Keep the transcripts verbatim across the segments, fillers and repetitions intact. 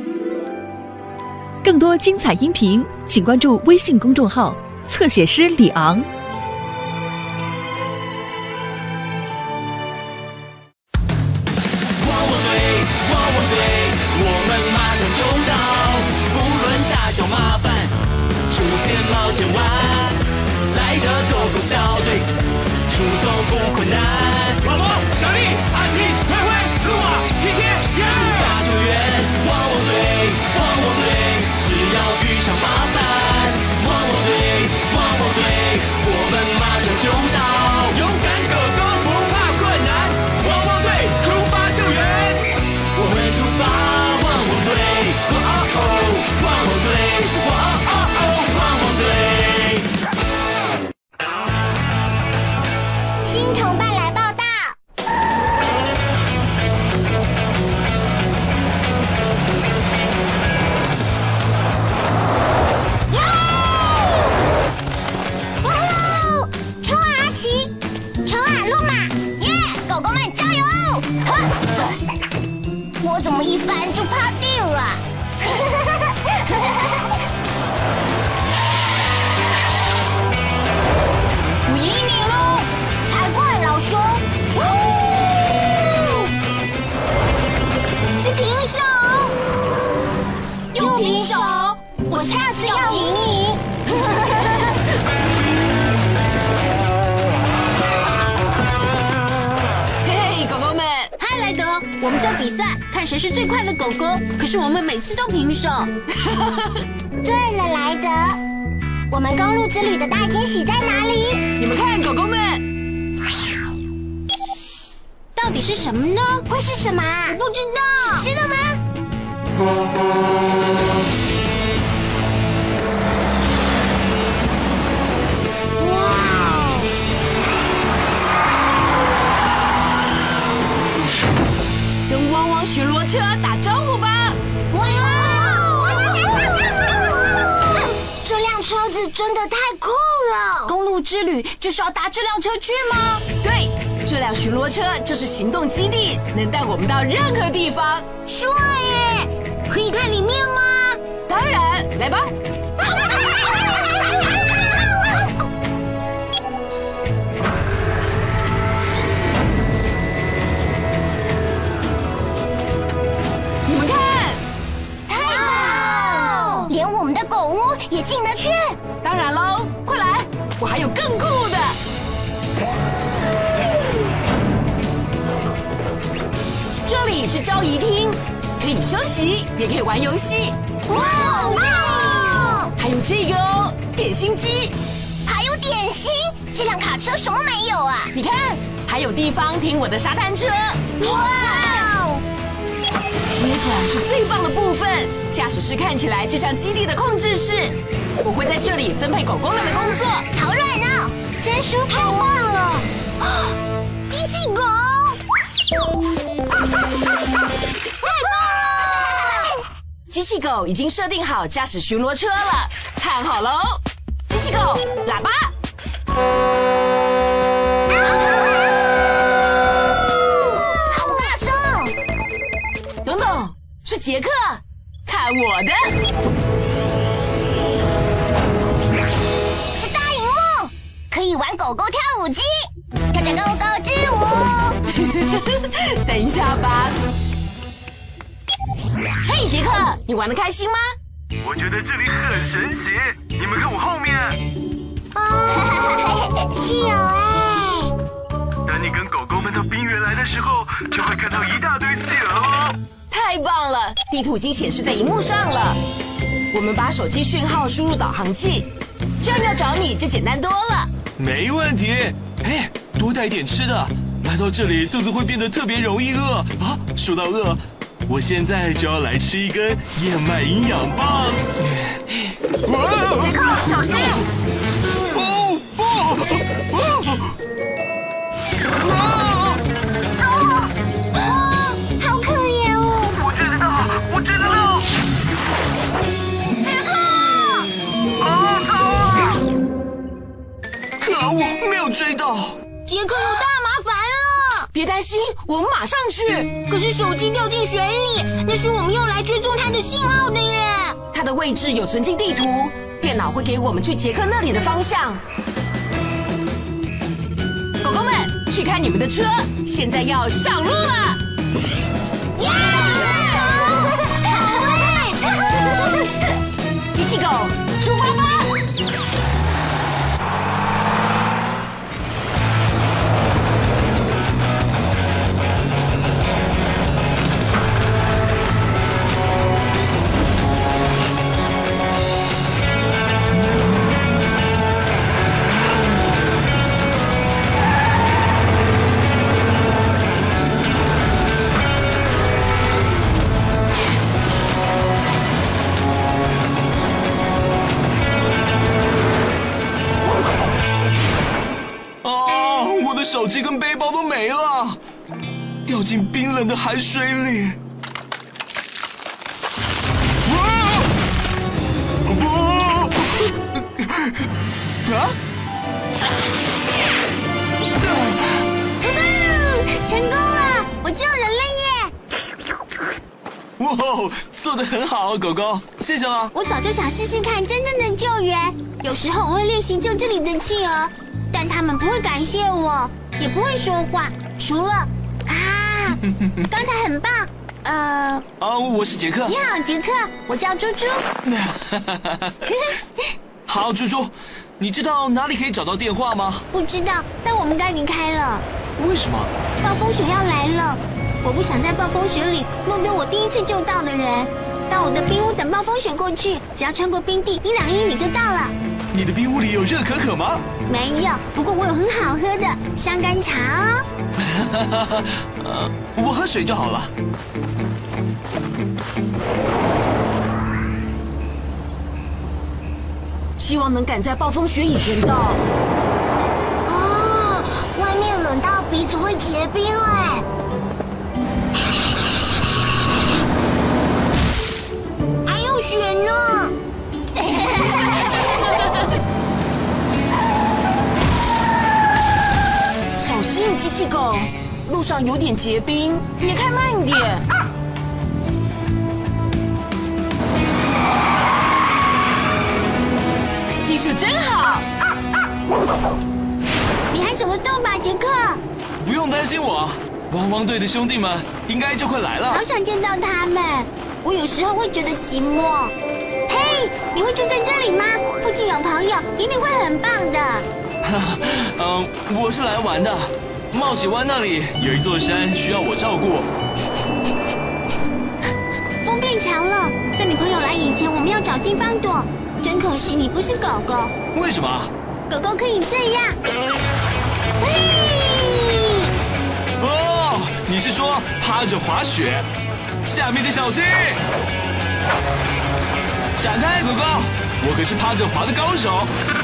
更多精彩音频，请关注微信公众号“侧写师李昂”。 汪汪队，汪汪队，我们马上就到，不论大小麻烦，出现冒险湾，来的狗狗小队，出动不困难。毛毛、小丽、阿奇、灰灰、露啊、天天，出发救援！汪汪队，汪汪队，只要遇上麻烦，汪汪队，汪汪队，我们马上就到，勇敢狗狗不怕困难，汪汪队出发救援！我们出发，汪汪队，哇哦哦，汪汪队，哇哦哦，汪汪队。 新同伴来报道。哟！哇哦！冲啊，阿奇！冲啊，路马！耶！狗狗们加油！哼！我怎么一翻就趴地了？我赢你喽！才怪，老兄！是平手，又平手，我下次要赢你！ 嘿嘿，狗狗们， 嗨，莱德，我们在比赛，看谁是最快的狗狗。可是我们每次都平手。对了，莱德，我们公路之旅的大惊喜在哪里？ 你们看，狗狗们， 到底是什么呢？会是什么啊？我不知道。是吃的吗？哇！ 跟汪汪巡逻车打招呼吧！ 哇！这辆车子真的太酷了！公路之旅就是要搭这辆车去吗？ 对，这辆巡逻车就是行动基地，能带我们到任何地方。 帅耶！可以看里面吗？ 当然，来吧。你们看， 太棒！连我们的狗屋也进得去。 当然喽，快来，我还有更酷的。这里是交谊厅，可以休息，也可以玩游戏。 哇哇！ 还有这个哦，点心机。 还有点心，这辆卡车什么没有啊？ 你看，还有地方停我的沙滩车。 哇！ 接着是最棒的部分，驾驶室看起来就像基地的控制室。我会在这里分配狗狗们的工作。 好软哦，真舒服！太棒了！机器狗！ 机器狗已经设定好驾驶巡逻车了，看好喽！机器狗，喇叭！ 好大声！ 等等，是杰克，看我的！ 是大荧幕，可以玩狗狗跳舞机，跳着狗狗之舞。 等一下吧。嘿，杰克，你玩得开心吗？ 我觉得这里很神奇，你们看我后面。 哦，是有哎。 等你跟狗狗们到冰原来的时候，就会看到一大堆企鹅哦。 太棒了，地图已经显示在荧幕上了。我们把手机讯号输入导航器，这样要找你就简单多了。 没问题。哎，多带点吃的，来到这里肚子会变得特别容易饿啊。说到饿，我现在就要来吃一根燕麦营养棒。 杰克，小心！ 哦不！ 哦，好可怜哦！ 我追得到，我追得到！ 杰克！ 啊，糟啊！可恶，没有追到。 杰克有大麻烦了！ 别担心。 心，我们马上去。 可是手机掉进水里，那是我们用来追踪它的信号的耶。 它的位置有存进地图，电脑会给我们去杰克那里的方向。狗狗们，去看你们的车，现在要上路了。 耶！好耶！ 机器狗，出发吧！ 手机跟背包都没了，掉进冰冷的海水里。不！啊！ 成功了，我救人了耶！ 哇，做得很好，狗狗，谢谢了。 我早就想试试看真正的救援，有时候我会练习救这里的企鹅，但他们不会感谢我，也不会说话，除了啊，刚才很棒。呃， 啊，我是杰克。 你好，杰克，我叫猪猪。 好，猪猪，你知道哪里可以找到电话吗？ 不知道，但我们该离开了。 为什么？ 暴风雪要来了，我不想在暴风雪里弄丢我第一次救到的人。到我的冰屋等暴风雪过去，只要穿过冰地一两英里就到了。 你的冰屋里有热可可吗？ 没有，不过我有很好喝的香干茶哦。 呃，我喝水就好了。 希望能赶在暴风雪以前到。 哦，外面冷到鼻子会结冰哎。还有雪呢。 小心，机器狗，路上有点结冰，你开慢一点。技术真好。 你还走得动吧，杰克？ 不用担心我，汪汪队的兄弟们应该就快来了。 好想见到他们。我有时候会觉得寂寞。嘿，你会住在这里吗？附近有朋友，一定会很棒的。 嗯，我是来玩的。冒险湾那里有一座山需要我照顾。 风变强了，在你朋友来以前，我们要找地方躲。真可惜你不是狗狗。 为什么？ 狗狗可以这样。嘿！ 哦，你是说趴着滑雪？下面的小心！闪开，狗狗！我可是趴着滑的高手。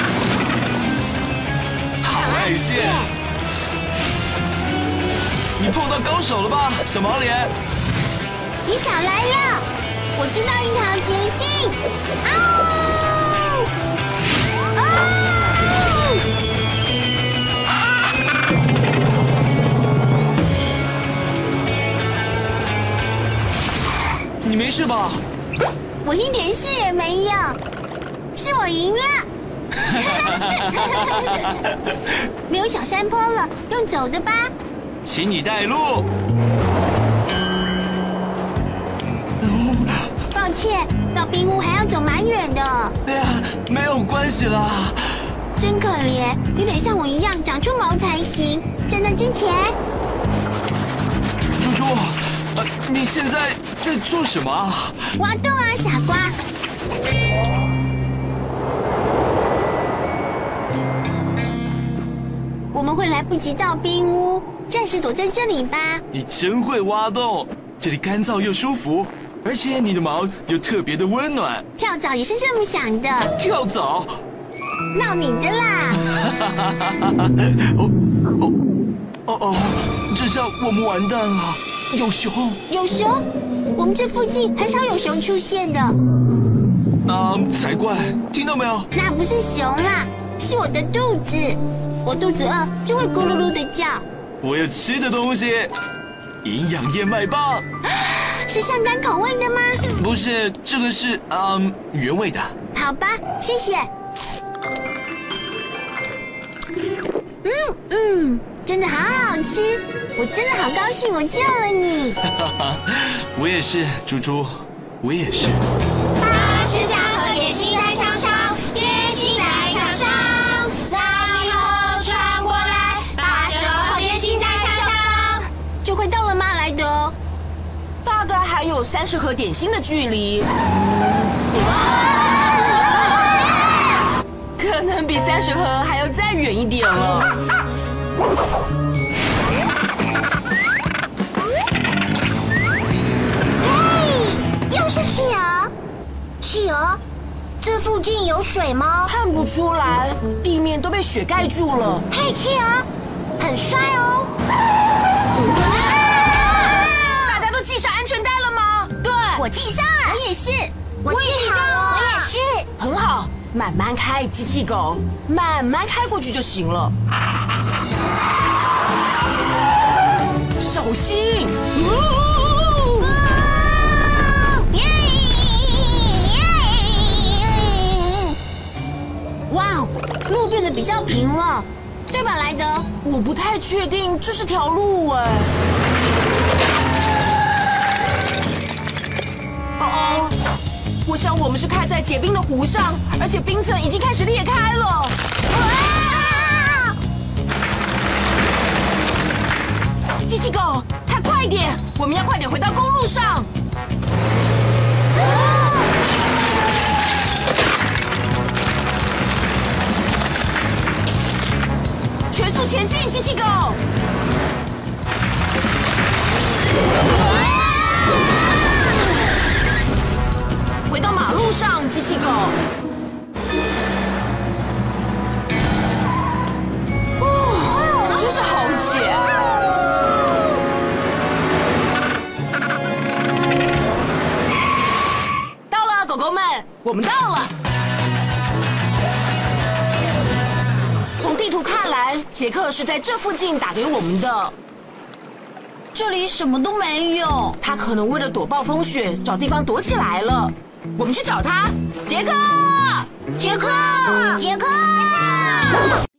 好爱现！你碰到高手了吧，小毛脸？ 你少来了！我知道一条捷径。嗷！ 你没事吧？ 我一点事也没有，是我赢了。没有小山坡了，用走的吧。 请你带路。 抱歉，到冰屋还要走蛮远的。 哎呀，没有关系啦。 真可怜，你得像我一样长出毛才行。在那之前， 猪猪，呃，你现在在做什么啊？ 挖洞啊，傻瓜！我们会来不及到冰屋，暂时躲在这里吧。 你真会挖洞，这里干燥又舒服，而且你的毛又特别的温暖。 跳蚤也是这么想的。 跳蚤？ 闹你的啦！ 哦哦哦哦，这下我们完蛋了。有熊？ 有熊？我们这附近很少有熊出现的。 啊，才怪！听到没有？ 那不是熊啦，是我的肚子。我肚子饿就会咕噜噜的叫， 我有吃的东西，营养燕麦棒。 是香干口味的吗？ 不是，这个是嗯原味的。 好吧，谢谢。嗯嗯，真的好好吃，我真的好高兴，我救了你。 我也是，猪猪，我也是。 八十三盒点心在墙上，点心在墙上，让以后传过来。八十二盒点心在墙上，就快到了吗，莱德？ 大概还有三十盒点心的距离，可能比三十盒还要再远一点了。 嘿，又是企鹅！企鹅，这附近有水吗？ 看不出来，地面都被雪盖住了。 嘿，企鹅，很帅哦！ 大家都系上安全带了吗？对， 我系上了，我也是，我系好了，我也是。 很好，慢慢开，机器狗，慢慢开过去就行了。小心！ 哇，路变得比较平了，对吧，莱德？ 我不太确定这是条路哎。哦哦，我想我们是开在结冰的湖上，而且冰层已经开始裂开了。啊！机器狗，开快点！我们要快点回到公路上。全速前进，机器狗！回到马路上，机器狗。哦，真是好险！到了，狗狗们，我们到了。从地图看来，杰克是在这附近打给我们的。 这里什么都没有， 他可能为了躲暴风雪，找地方躲起来了。我们去找他，杰克， 杰克，杰克。